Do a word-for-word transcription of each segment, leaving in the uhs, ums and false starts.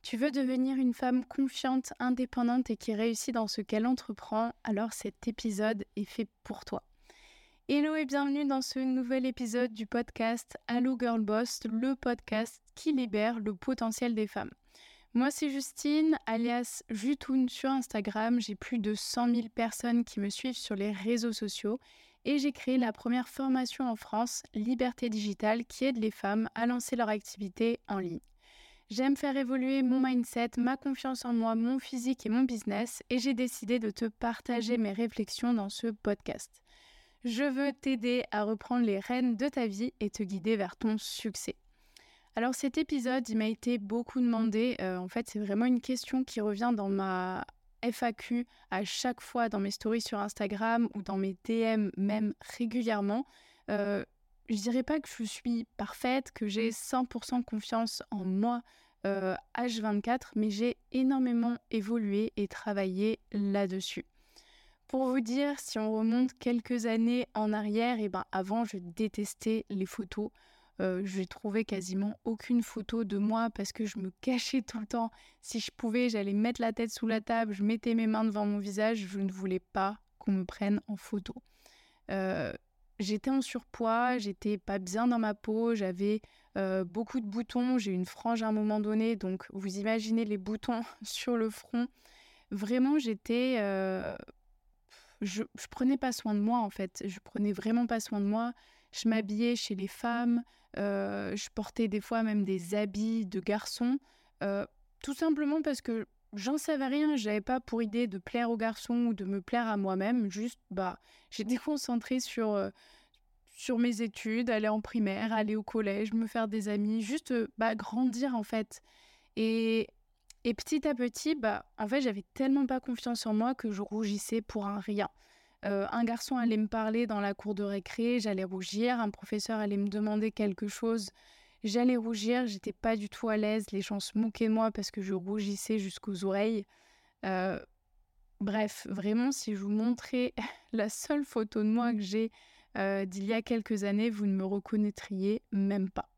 Tu veux devenir une femme confiante, indépendante et qui réussit dans ce qu'elle entreprend, alors cet épisode est fait pour toi. Hello et bienvenue dans ce nouvel épisode du podcast Hello Girl Boss, le podcast qui libère le potentiel des femmes. Moi c'est Justine, alias Jutoun sur Instagram, j'ai plus de cent mille personnes qui me suivent sur les réseaux sociaux et j'ai créé la première formation en France, Liberté Digitale, qui aide les femmes à lancer leur activité en ligne. J'aime faire évoluer mon mindset, ma confiance en moi, mon physique et mon business et j'ai décidé de te partager mes réflexions dans ce podcast. Je veux t'aider à reprendre les rênes de ta vie et te guider vers ton succès. Alors cet épisode, il m'a été beaucoup demandé. Euh, en fait, c'est vraiment une question qui revient dans ma F A Q à chaque fois dans mes stories sur Instagram ou dans mes D M même régulièrement. Euh, Je dirais pas que je suis parfaite, que j'ai cent pour cent confiance en moi euh, H vingt-quatre, mais j'ai énormément évolué et travaillé là-dessus. Pour vous dire, si on remonte quelques années en arrière, et ben avant je détestais les photos. Euh, je trouvais quasiment aucune photo de moi parce que je me cachais tout le temps. Si je pouvais, j'allais mettre la tête sous la table, je mettais mes mains devant mon visage, je ne voulais pas qu'on me prenne en photo. Euh, J'étais en surpoids, j'étais pas bien dans ma peau, j'avais euh, beaucoup de boutons, j'ai eu une frange à un moment donné, donc vous imaginez les boutons sur le front. Vraiment, j'étais... Euh, je, je prenais pas soin de moi, en fait. Je prenais vraiment pas soin de moi. Je m'habillais chez les femmes, euh, je portais des fois même des habits de garçons, euh, tout simplement parce que j'en savais rien, j'avais pas pour idée de plaire aux garçons ou de me plaire à moi-même, juste, bah, j'étais concentrée sur, euh, sur mes études, aller en primaire, aller au collège, me faire des amis, juste, euh, bah, grandir, en fait. Et, et petit à petit, bah, en fait, j'avais tellement pas confiance en moi que je rougissais pour un rien. Euh, un garçon allait me parler dans la cour de récré, j'allais rougir, un professeur allait me demander quelque chose, j'allais rougir, j'étais pas du tout à l'aise, les gens se moquaient de moi parce que je rougissais jusqu'aux oreilles. Euh, bref, vraiment, si je vous montrais la seule photo de moi que j'ai euh, d'il y a quelques années, vous ne me reconnaîtriez même pas.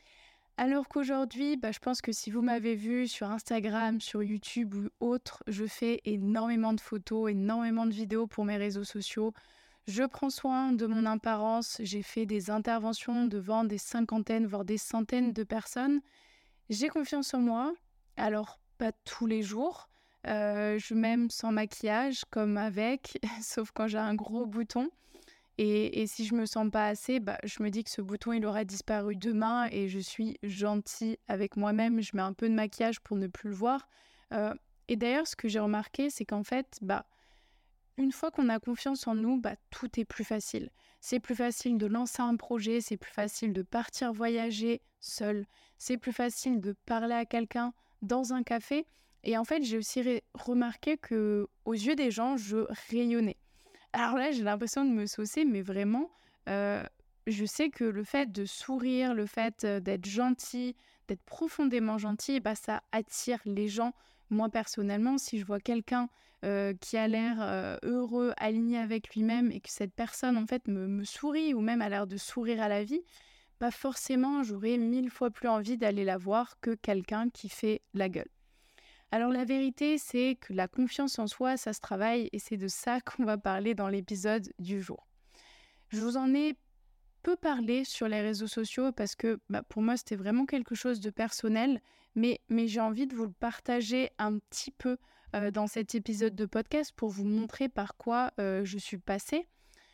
Alors qu'aujourd'hui, bah, je pense que si vous m'avez vu sur Instagram, sur YouTube ou autre, je fais énormément de photos, énormément de vidéos pour mes réseaux sociaux. Je prends soin de mon apparence, j'ai fait des interventions devant des cinquantaines, voire des centaines de personnes. J'ai confiance en moi, alors pas tous les jours. Euh, je m'aime sans maquillage, comme avec, sauf quand j'ai un gros bouton. Et, et si je me sens pas assez, bah, je me dis que ce bouton, il aura disparu demain et je suis gentille avec moi-même. Je mets un peu de maquillage pour ne plus le voir. Euh, et d'ailleurs, ce que j'ai remarqué, c'est qu'en fait, bah, une fois qu'on a confiance en nous, bah, tout est plus facile. C'est plus facile de lancer un projet, c'est plus facile de partir voyager seul, c'est plus facile de parler à quelqu'un dans un café. Et en fait, j'ai aussi ré- remarqué que, aux yeux des gens, je rayonnais. Alors là, j'ai l'impression de me saucer, mais vraiment, euh, je sais que le fait de sourire, le fait euh, d'être gentil, d'être profondément gentil, bah, ça attire les gens. Moi, personnellement, si je vois quelqu'un euh, qui a l'air euh, heureux, aligné avec lui-même, et que cette personne, en fait, me, me sourit, ou même a l'air de sourire à la vie, bah forcément, j'aurais mille fois plus envie d'aller la voir que quelqu'un qui fait la gueule. Alors la vérité, c'est que la confiance en soi, ça se travaille et c'est de ça qu'on va parler dans l'épisode du jour. Je vous en ai peu parlé sur les réseaux sociaux parce que bah, pour moi, c'était vraiment quelque chose de personnel, mais, mais j'ai envie de vous le partager un petit peu euh, dans cet épisode de podcast pour vous montrer par quoi euh, je suis passée.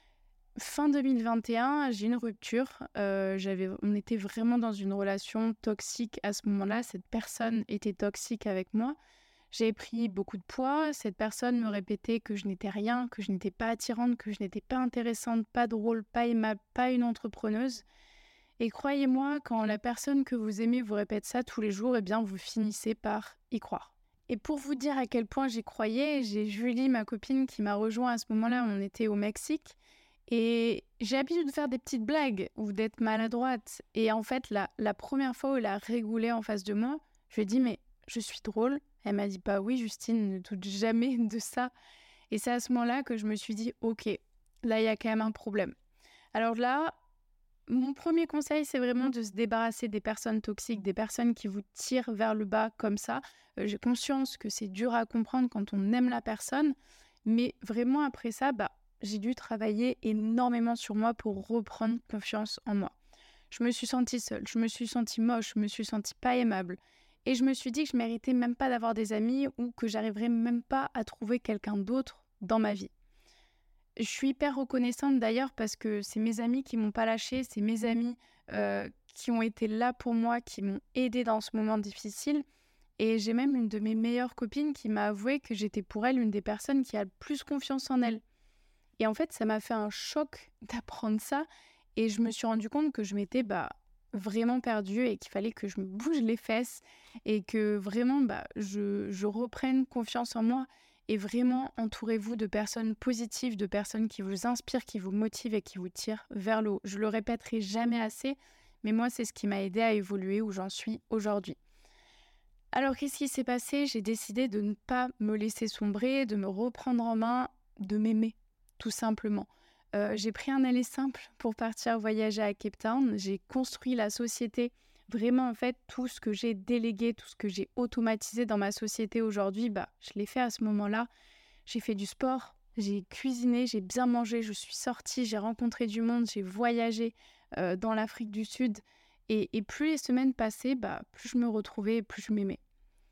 Fin deux mille vingt et un, j'ai une rupture. Euh, j'avais, on était vraiment dans une relation toxique à ce moment-là. Cette personne était toxique avec moi. J'avais pris beaucoup de poids. Cette personne me répétait que je n'étais rien, que je n'étais pas attirante, que je n'étais pas intéressante, pas drôle, pas aimable, pas une entrepreneuse. Et croyez-moi, quand la personne que vous aimez vous répète ça tous les jours, eh bien, vous finissez par y croire. Et pour vous dire à quel point j'y croyais, j'ai Julie, ma copine, qui m'a rejoint à ce moment-là. On était au Mexique. Et j'ai l'habitude de faire des petites blagues ou d'être maladroite. Et en fait, la, la première fois où elle a rigolé en face de moi, je lui ai dit « Mais je suis drôle ?» Elle m'a dit « Bah oui, Justine, ne doute jamais de ça. » Et c'est à ce moment-là que je me suis dit « Ok, là, il y a quand même un problème. » Alors là, mon premier conseil, c'est vraiment de se débarrasser des personnes toxiques, des personnes qui vous tirent vers le bas comme ça. Euh, j'ai conscience que c'est dur à comprendre quand on aime la personne, mais vraiment après ça, bah, j'ai dû travailler énormément sur moi pour reprendre confiance en moi. Je me suis sentie seule, je me suis sentie moche, je me suis sentie pas aimable. Et je me suis dit que je méritais même pas d'avoir des amis ou que j'arriverais même pas à trouver quelqu'un d'autre dans ma vie. Je suis hyper reconnaissante d'ailleurs parce que c'est mes amis qui m'ont pas lâchée, c'est mes amis euh, qui ont été là pour moi, qui m'ont aidée dans ce moment difficile. Et j'ai même une de mes meilleures copines qui m'a avoué que j'étais pour elle une des personnes qui a le plus confiance en elle. Et en fait, ça m'a fait un choc d'apprendre ça. Et je me suis rendu compte que je m'étais bah, vraiment perdue et qu'il fallait que je me bouge les fesses et que vraiment bah, je, je reprenne confiance en moi. Et vraiment, entourez-vous de personnes positives, de personnes qui vous inspirent, qui vous motivent et qui vous tirent vers le haut. Je le répéterai jamais assez, mais moi, c'est ce qui m'a aidée à évoluer où j'en suis aujourd'hui. Alors, qu'est-ce qui s'est passé? J'ai décidé de ne pas me laisser sombrer, de me reprendre en main, de m'aimer, tout simplement. Euh, j'ai pris un aller simple pour partir voyager à Cape Town. J'ai construit la société. Vraiment, en fait, tout ce que j'ai délégué, tout ce que j'ai automatisé dans ma société aujourd'hui, bah, je l'ai fait à ce moment-là. J'ai fait du sport, j'ai cuisiné, j'ai bien mangé, je suis sortie, j'ai rencontré du monde, j'ai voyagé euh, dans l'Afrique du Sud. Et, et plus les semaines passaient, bah, plus je me retrouvais et plus je m'aimais.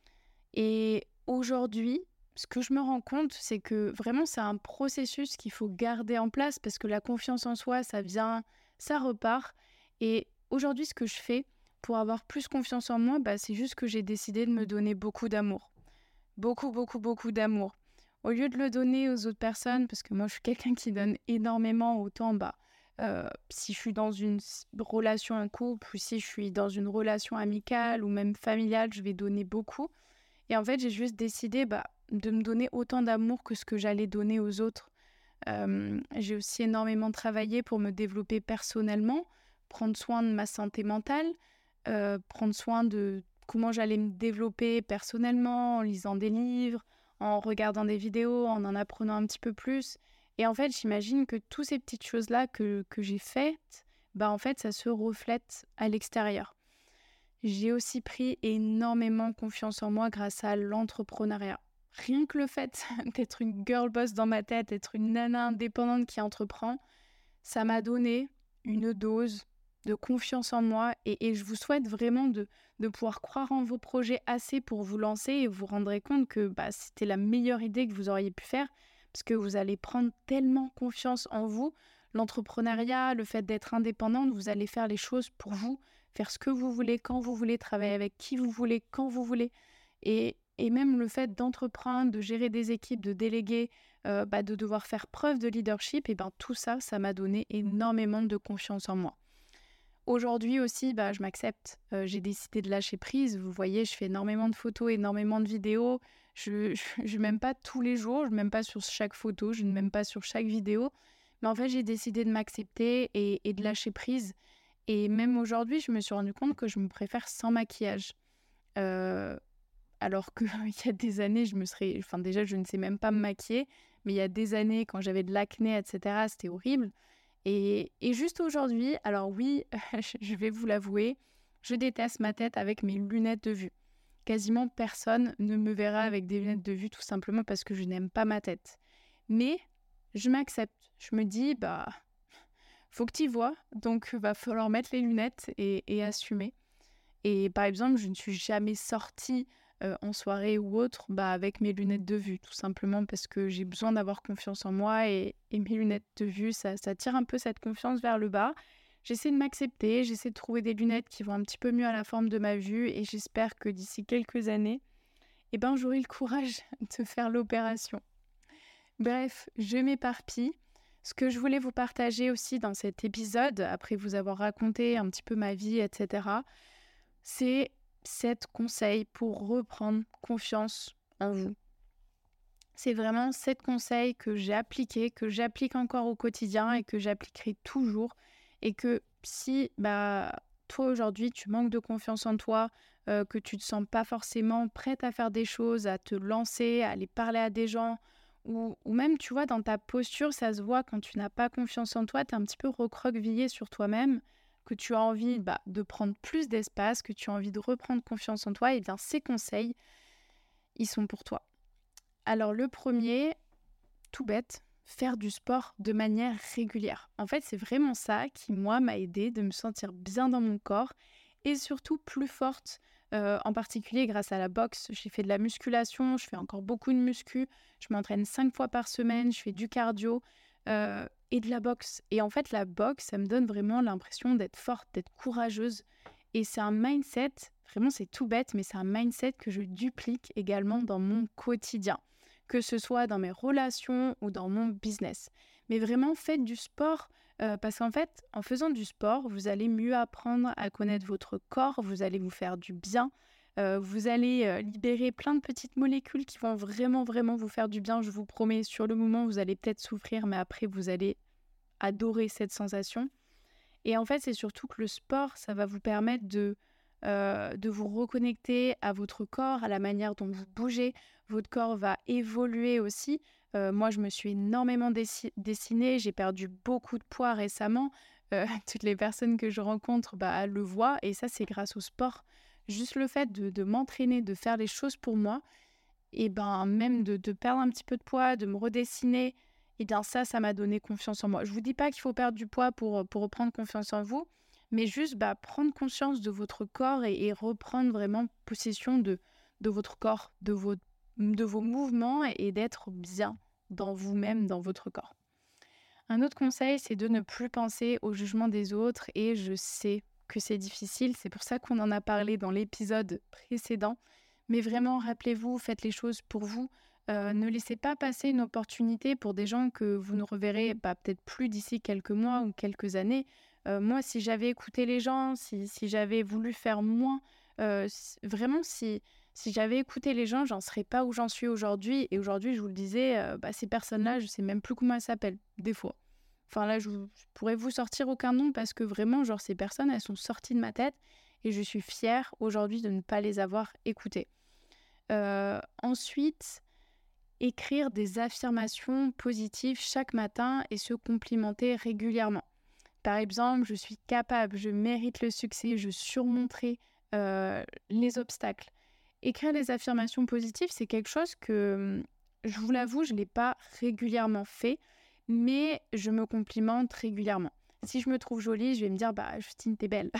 Et aujourd'hui, ce que je me rends compte, c'est que vraiment, c'est un processus qu'il faut garder en place parce que la confiance en soi, ça vient, ça repart. Et aujourd'hui, ce que je fais pour avoir plus confiance en moi, bah, c'est juste que j'ai décidé de me donner beaucoup d'amour. Beaucoup, beaucoup, beaucoup d'amour. Au lieu de le donner aux autres personnes, parce que moi, je suis quelqu'un qui donne énormément, autant bah, euh, si je suis dans une s- relation en couple ou si je suis dans une relation amicale ou même familiale, je vais donner beaucoup. Et en fait, j'ai juste décidé bah, de me donner autant d'amour que ce que j'allais donner aux autres. Euh, j'ai aussi énormément travaillé pour me développer personnellement, prendre soin de ma santé mentale, euh, prendre soin de comment j'allais me développer personnellement en lisant des livres, en regardant des vidéos, en en apprenant un petit peu plus. Et en fait, j'imagine que toutes ces petites choses-là que, que j'ai faites, bah en fait, ça se reflète à l'extérieur. J'ai aussi pris énormément confiance en moi grâce à l'entrepreneuriat. Rien que le fait d'être une girl boss dans ma tête, d'être une nana indépendante qui entreprend, ça m'a donné une dose de confiance en moi et, et je vous souhaite vraiment de, de pouvoir croire en vos projets assez pour vous lancer et vous vous rendrez compte que bah, c'était la meilleure idée que vous auriez pu faire parce que vous allez prendre tellement confiance en vous. L'entrepreneuriat, le fait d'être indépendante, vous allez faire les choses pour vous, faire ce que vous voulez, quand vous voulez, travailler avec qui vous voulez, quand vous voulez. Et, et même le fait d'entreprendre, de gérer des équipes, de déléguer, euh, bah, de devoir faire preuve de leadership, et ben tout ça, ça m'a donné énormément de confiance en moi. Aujourd'hui aussi, bah, je m'accepte. Euh, j'ai décidé de lâcher prise. Vous voyez, je fais énormément de photos, énormément de vidéos. Je ne m'aime pas tous les jours, je ne m'aime pas sur chaque photo, je ne m'aime pas sur chaque vidéo. Mais en fait, j'ai décidé de m'accepter et, et de lâcher prise. Et même aujourd'hui, je me suis rendu compte que je me préfère sans maquillage. Euh, alors qu'il y a des années, je me serais... Enfin, déjà, je ne sais même pas me maquiller. Mais il y a des années, quand j'avais de l'acné, et cetera, c'était horrible. Et, et juste aujourd'hui, alors oui, je vais vous l'avouer, je déteste ma tête avec mes lunettes de vue. Quasiment personne ne me verra avec des lunettes de vue tout simplement parce que je n'aime pas ma tête. Mais je m'accepte. Je me dis, bah, faut que tu y vois, donc va falloir mettre les lunettes et, et assumer. Et par exemple, je ne suis jamais sortie euh, en soirée ou autre bah, avec mes lunettes de vue, tout simplement parce que j'ai besoin d'avoir confiance en moi et, et mes lunettes de vue, ça, ça tire un peu cette confiance vers le bas. J'essaie de m'accepter, j'essaie de trouver des lunettes qui vont un petit peu mieux à la forme de ma vue et j'espère que d'ici quelques années, eh ben, j'aurai le courage de faire l'opération. Bref, je m'éparpille. Ce que je voulais vous partager aussi dans cet épisode, après vous avoir raconté un petit peu ma vie, et cetera, c'est sept conseils pour reprendre confiance en vous. C'est vraiment sept conseils que j'ai appliqués, que j'applique encore au quotidien et que j'appliquerai toujours. Et que si bah, toi aujourd'hui tu manques de confiance en toi, euh, que tu ne te sens pas forcément prête à faire des choses, à te lancer, à aller parler à des gens, ou, ou même tu vois dans ta posture, ça se voit quand tu n'as pas confiance en toi, tu es un petit peu recroquevillé sur toi-même. que tu as envie bah, de prendre plus d'espace, que tu as envie de reprendre confiance en toi, et bien ces conseils, ils sont pour toi. Alors le premier, tout bête, faire du sport de manière régulière. En fait, c'est vraiment ça qui, moi, m'a aidée de me sentir bien dans mon corps et surtout plus forte, euh, en particulier grâce à la boxe. J'ai fait de la musculation, je fais encore beaucoup de muscu, je m'entraîne cinq fois par semaine, je fais du cardio euh, et de la boxe. Et en fait, la boxe, ça me donne vraiment l'impression d'être forte, d'être courageuse. Et c'est un mindset, vraiment c'est tout bête, mais c'est un mindset que je duplique également dans mon quotidien, que ce soit dans mes relations ou dans mon business. Mais vraiment, faites du sport euh, parce qu'en fait, en faisant du sport, vous allez mieux apprendre à connaître votre corps, vous allez vous faire du bien, euh, vous allez euh, libérer plein de petites molécules qui vont vraiment, vraiment vous faire du bien. Je vous promets, sur le moment, vous allez peut-être souffrir, mais après, vous allez adorer cette sensation. Et en fait, c'est surtout que le sport, ça va vous permettre de, euh, de vous reconnecter à votre corps, à la manière dont vous bougez. Votre corps va évoluer aussi. Euh, moi, je me suis énormément dessi- dessinée. J'ai perdu beaucoup de poids récemment. Euh, toutes les personnes que je rencontre bah, le voient. Et ça, c'est grâce au sport. Juste le fait de, de m'entraîner, de faire les choses pour moi, et ben même de, de perdre un petit peu de poids, de me redessiner, et bien ça, ça m'a donné confiance en moi. Je vous dis pas qu'il faut perdre du poids pour, pour reprendre confiance en vous, mais juste bah, prendre conscience de votre corps et, et reprendre vraiment possession de, de votre corps, de vos, de vos mouvements et, et d'être bien dans vous-même, dans votre corps. Un autre conseil, c'est de ne plus penser au jugement des autres et je sais que c'est difficile, c'est pour ça qu'on en a parlé dans l'épisode précédent. Mais vraiment, rappelez-vous, faites les choses pour vous. Euh, ne laissez pas passer une opportunité pour des gens que vous ne reverrez bah, peut-être plus d'ici quelques mois ou quelques années. Euh, moi, si j'avais écouté les gens, si, si j'avais voulu faire moins, euh, si- vraiment, si, si j'avais écouté les gens, j'en serais pas où j'en suis aujourd'hui. Et aujourd'hui, je vous le disais, euh, bah, ces personnes-là, je sais même plus comment elles s'appellent, des fois. Enfin là, je, vous- je pourrais vous sortir aucun nom parce que vraiment, genre, ces personnes, elles sont sorties de ma tête et je suis fière aujourd'hui de ne pas les avoir écoutées. Euh, ensuite, écrire des affirmations positives chaque matin et se complimenter régulièrement. Par exemple, je suis capable, je mérite le succès, je surmonterai euh, les obstacles. Écrire des affirmations positives, c'est quelque chose que, je vous l'avoue, je ne l'ai pas régulièrement fait, mais je me complimente régulièrement. Si je me trouve jolie, je vais me dire, bah, Justine, t'es belle.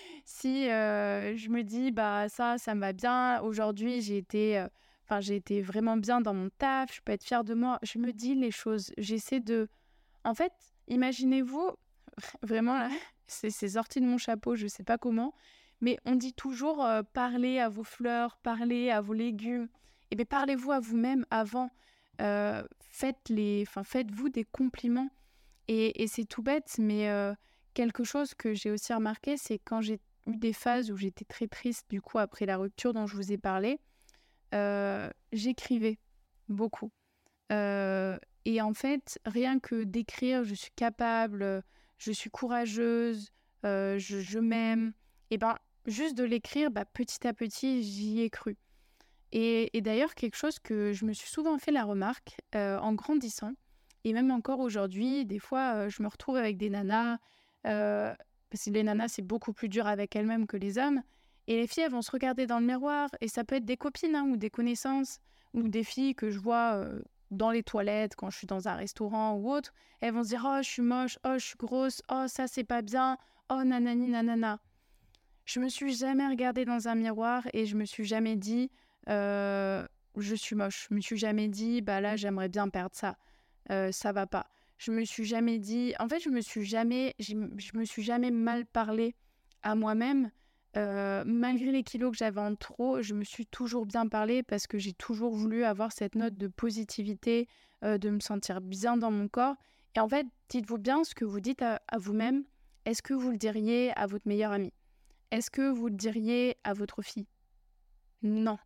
Si euh, je me dis, bah, ça, ça me va bien, aujourd'hui, j'ai été, euh, enfin, j'ai été vraiment bien dans mon taf, je peux être fière de moi, je me dis les choses, j'essaie de... En fait, imaginez-vous, vraiment, là, c'est, c'est sorti de mon chapeau, je ne sais pas comment, mais on dit toujours euh, parlez à vos fleurs, parlez à vos légumes. Eh bien, parlez-vous à vous-même avant. Euh, faites les, enfin, faites-vous des compliments. Et, et c'est tout bête, mais euh, quelque chose que j'ai aussi remarqué, c'est quand j'ai eu des phases où j'étais très triste, du coup, après la rupture dont je vous ai parlé, euh, j'écrivais beaucoup. Euh, et en fait, rien que d'écrire, je suis capable, je suis courageuse, euh, je, je m'aime, et ben juste de l'écrire, bah, petit à petit, j'y ai cru. Et, et d'ailleurs, quelque chose que je me suis souvent fait la remarque euh, en grandissant, et même encore aujourd'hui, des fois, euh, je me retrouve avec des nanas, euh, parce que les nanas, c'est beaucoup plus dur avec elles-mêmes que les hommes, et les filles, elles vont se regarder dans le miroir, et ça peut être des copines hein, ou des connaissances, ou des filles que je vois euh, dans les toilettes, quand je suis dans un restaurant ou autre, elles vont se dire « Oh, je suis moche, oh, je suis grosse, oh, ça, c'est pas bien, oh, nanani, nanana ». Je me suis jamais regardée dans un miroir et je me suis jamais dit euh, je suis moche. Je me suis jamais dit bah là j'aimerais bien perdre ça, euh, ça va pas. Je me suis jamais dit, en fait je me suis jamais, j'ai- je me suis jamais mal parlé à moi-même. Euh, malgré les kilos que j'avais en trop, je me suis toujours bien parlé parce que j'ai toujours voulu avoir cette note de positivité, euh, de me sentir bien dans mon corps. Et en fait, dites-vous bien ce que vous dites à, à vous-même. Est-ce que vous le diriez à votre meilleure amie? Est-ce que vous le diriez à votre fille? Non.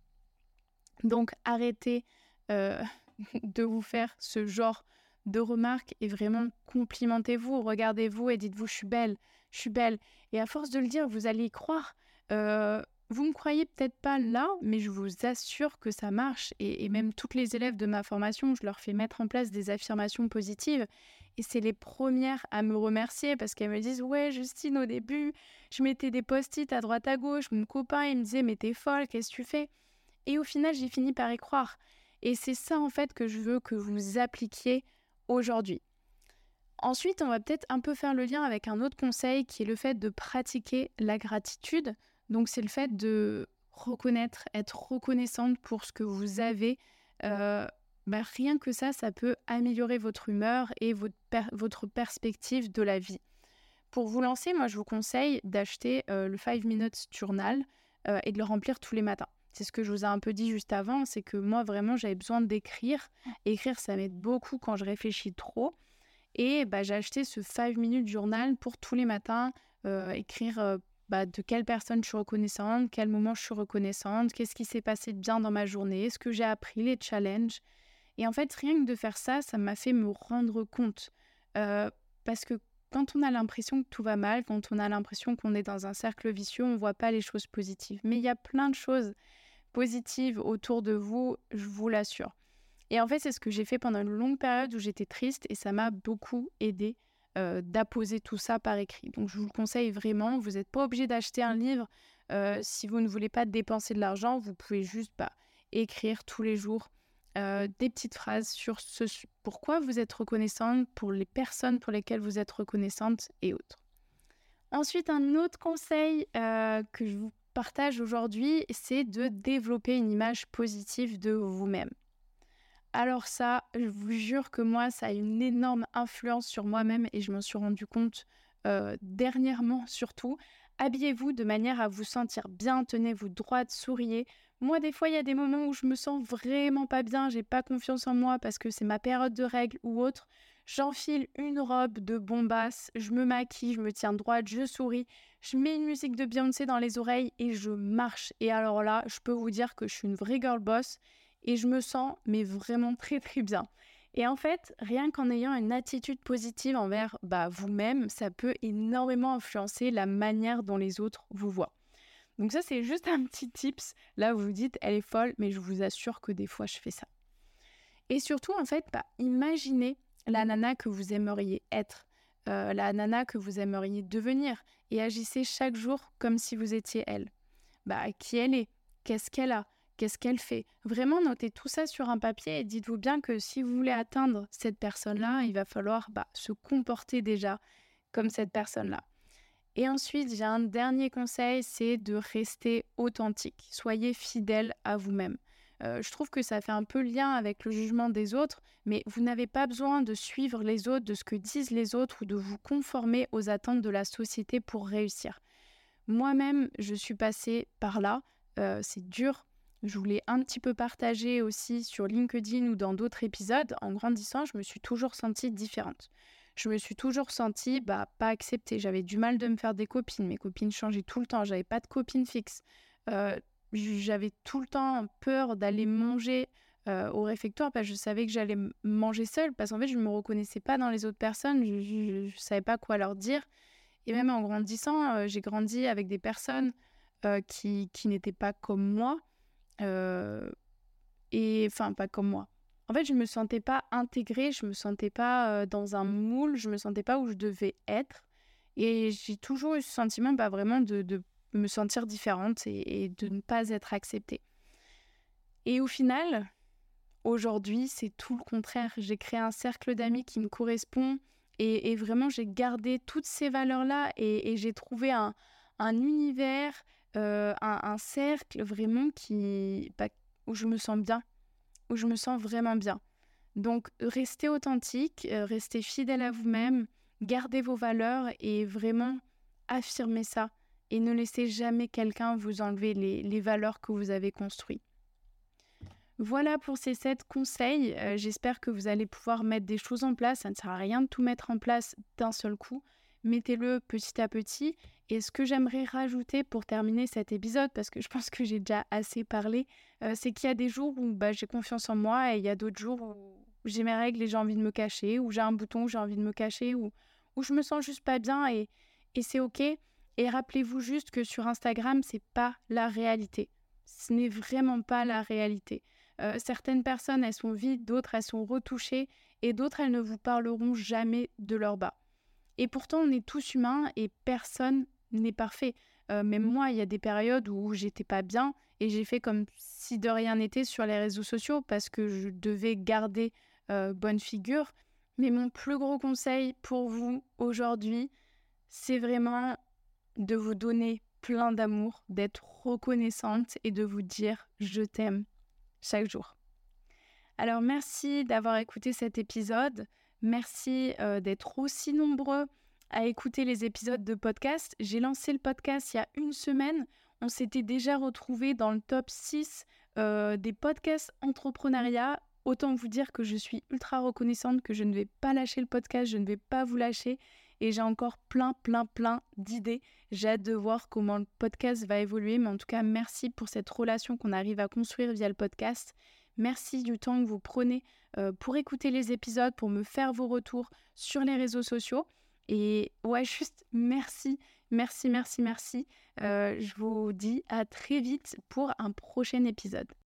Donc arrêtez euh, de vous faire ce genre de remarques et vraiment complimentez-vous, regardez-vous et dites-vous je suis belle, je suis belle. Et à force de le dire, vous allez y croire. Euh, vous me croyez peut-être pas là, mais je vous assure que ça marche. Et, et même toutes les élèves de ma formation, je leur fais mettre en place des affirmations positives. Et c'est les premières à me remercier parce qu'elles me disent « Ouais, Justine, au début, je mettais des post-it à droite à gauche. Mon copain, il me disait « Mais t'es folle, qu'est-ce que tu fais ?» Et au final, j'ai fini par y croire. Et c'est ça, en fait, que je veux que vous appliquiez aujourd'hui. Ensuite, on va peut-être un peu faire le lien avec un autre conseil qui est le fait de pratiquer la gratitude. Donc, c'est le fait de reconnaître, être reconnaissante pour ce que vous avez. Euh, bah, rien que ça, ça peut améliorer votre humeur et votre, per- votre perspective de la vie. Pour vous lancer, moi, je vous conseille d'acheter euh, le five minutes Journal euh, et de le remplir tous les matins. C'est ce que je vous ai un peu dit juste avant, c'est que moi, vraiment, j'avais besoin d'écrire. Écrire, ça m'aide beaucoup quand je réfléchis trop. Et bah, j'ai acheté ce five minutes Journal pour tous les matins euh, écrire euh, bah, de quelle personne je suis reconnaissante, quel moment je suis reconnaissante, qu'est-ce qui s'est passé de bien dans ma journée, ce que j'ai appris, les challenges. Et en fait, rien que de faire ça, ça m'a fait me rendre compte. Euh, parce que quand on a l'impression que tout va mal, quand on a l'impression qu'on est dans un cercle vicieux, on ne voit pas les choses positives. Mais il y a plein de choses positives autour de vous, je vous l'assure. Et en fait, c'est ce que j'ai fait pendant une longue période où j'étais triste et ça m'a beaucoup aidé euh, d'apposer tout ça par écrit. Donc, je vous le conseille vraiment. Vous n'êtes pas obligé d'acheter un livre. Euh, si vous ne voulez pas dépenser de l'argent, vous pouvez juste bah, écrire tous les jours euh, des petites phrases sur ce pourquoi vous êtes reconnaissante, pour les personnes pour lesquelles vous êtes reconnaissante et autres. Ensuite, un autre conseil euh, que je vous partage aujourd'hui, c'est de développer une image positive de vous-même. Alors ça, je vous jure que moi, ça a une énorme influence sur moi-même et je m'en suis rendu compte euh, dernièrement surtout. Habillez-vous de manière à vous sentir bien, tenez-vous droite, souriez. Moi, des fois, il y a des moments où je me sens vraiment pas bien, j'ai pas confiance en moi parce que c'est ma période de règles ou autre. J'enfile une robe de bombasse, je me maquille, je me tiens droite, je souris, je mets une musique de Beyoncé dans les oreilles et je marche. Et alors là, je peux vous dire que je suis une vraie girl boss. Et je me sens mais vraiment très très bien. Et en fait, rien qu'en ayant une attitude positive envers bah, vous-même, ça peut énormément influencer la manière dont les autres vous voient. Donc ça, c'est juste un petit tips. Là, vous vous dites, elle est folle, mais je vous assure que des fois, je fais ça. Et surtout, en fait, bah, imaginez la nana que vous aimeriez être, euh, la nana que vous aimeriez devenir, et agissez chaque jour comme si vous étiez elle. Bah, qui elle est, qu'est-ce qu'elle a, qu'est-ce qu'elle fait. Vraiment, notez tout ça sur un papier et dites-vous bien que si vous voulez atteindre cette personne-là, il va falloir bah, se comporter déjà comme cette personne-là. Et ensuite, j'ai un dernier conseil, c'est de rester authentique. Soyez fidèle à vous-même. Euh, je trouve que ça fait un peu lien avec le jugement des autres, mais vous n'avez pas besoin de suivre les autres, de ce que disent les autres ou de vous conformer aux attentes de la société pour réussir. Moi-même, je suis passée par là. Euh, c'est dur. Je vous l'ai un petit peu partagé aussi sur LinkedIn ou dans d'autres épisodes. En grandissant, je me suis toujours sentie différente. Je me suis toujours sentie bah, pas acceptée. J'avais du mal de me faire des copines. Mes copines changeaient tout le temps. J'avais pas de copine fixe. Euh, j'avais tout le temps peur d'aller manger euh, au réfectoire parce que je savais que j'allais m- manger seule parce qu'en fait, je ne me reconnaissais pas dans les autres personnes. Je ne savais pas quoi leur dire. Et même en grandissant, euh, j'ai grandi avec des personnes euh, qui, qui n'étaient pas comme moi. Euh, et enfin, pas comme moi. En fait, je ne me sentais pas intégrée, je ne me sentais pas euh, dans un moule, je ne me sentais pas où je devais être. Et j'ai toujours eu ce sentiment bah, vraiment de, de me sentir différente et, et de ne pas être acceptée. Et au final, aujourd'hui, c'est tout le contraire. J'ai créé un cercle d'amis qui me correspond et, et vraiment, j'ai gardé toutes ces valeurs-là et, et j'ai trouvé un, un univers, euh, un, un cercle vraiment qui, bah, où je me sens bien, où je me sens vraiment bien. Donc, restez authentique, euh, restez fidèle à vous-même, gardez vos valeurs et vraiment affirmez ça. Et ne laissez jamais quelqu'un vous enlever les, les valeurs que vous avez construites. Voilà pour ces sept conseils. Euh, j'espère que vous allez pouvoir mettre des choses en place. Ça ne sert à rien de tout mettre en place d'un seul coup. Mettez-le petit à petit. Et ce que j'aimerais rajouter pour terminer cet épisode, parce que je pense que j'ai déjà assez parlé, euh, c'est qu'il y a des jours où bah, j'ai confiance en moi et il y a d'autres jours où j'ai mes règles et j'ai envie de me cacher, où j'ai un bouton où j'ai envie de me cacher, où, où je me sens juste pas bien et, et c'est ok. Et rappelez-vous juste que sur Instagram, c'est pas la réalité. Ce n'est vraiment pas la réalité. Euh, certaines personnes, elles sont vides, d'autres, elles sont retouchées et d'autres, elles ne vous parleront jamais de leur bas. Et pourtant, on est tous humains et personne n'est parfait. Euh, même moi, il y a des périodes où j'étais pas bien et j'ai fait comme si de rien n'était sur les réseaux sociaux parce que je devais garder euh, bonne figure. Mais mon plus gros conseil pour vous aujourd'hui, c'est vraiment de vous donner plein d'amour, d'être reconnaissante et de vous dire « je t'aime » chaque jour. Alors merci d'avoir écouté cet épisode. Merci euh, d'être aussi nombreux à écouter les épisodes de podcast. J'ai lancé le podcast il y a une semaine. On s'était déjà retrouvés dans le top six euh, des podcasts entrepreneuriat. Autant vous dire que je suis ultra reconnaissante, que je ne vais pas lâcher le podcast, je ne vais pas vous lâcher. Et j'ai encore plein, plein, plein d'idées. J'ai hâte de voir comment le podcast va évoluer. Mais en tout cas, merci pour cette relation qu'on arrive à construire via le podcast. Merci du temps que vous prenez euh, pour écouter les épisodes, pour me faire vos retours sur les réseaux sociaux. Et ouais, juste merci, merci, merci, merci. Euh, je vous dis à très vite pour un prochain épisode.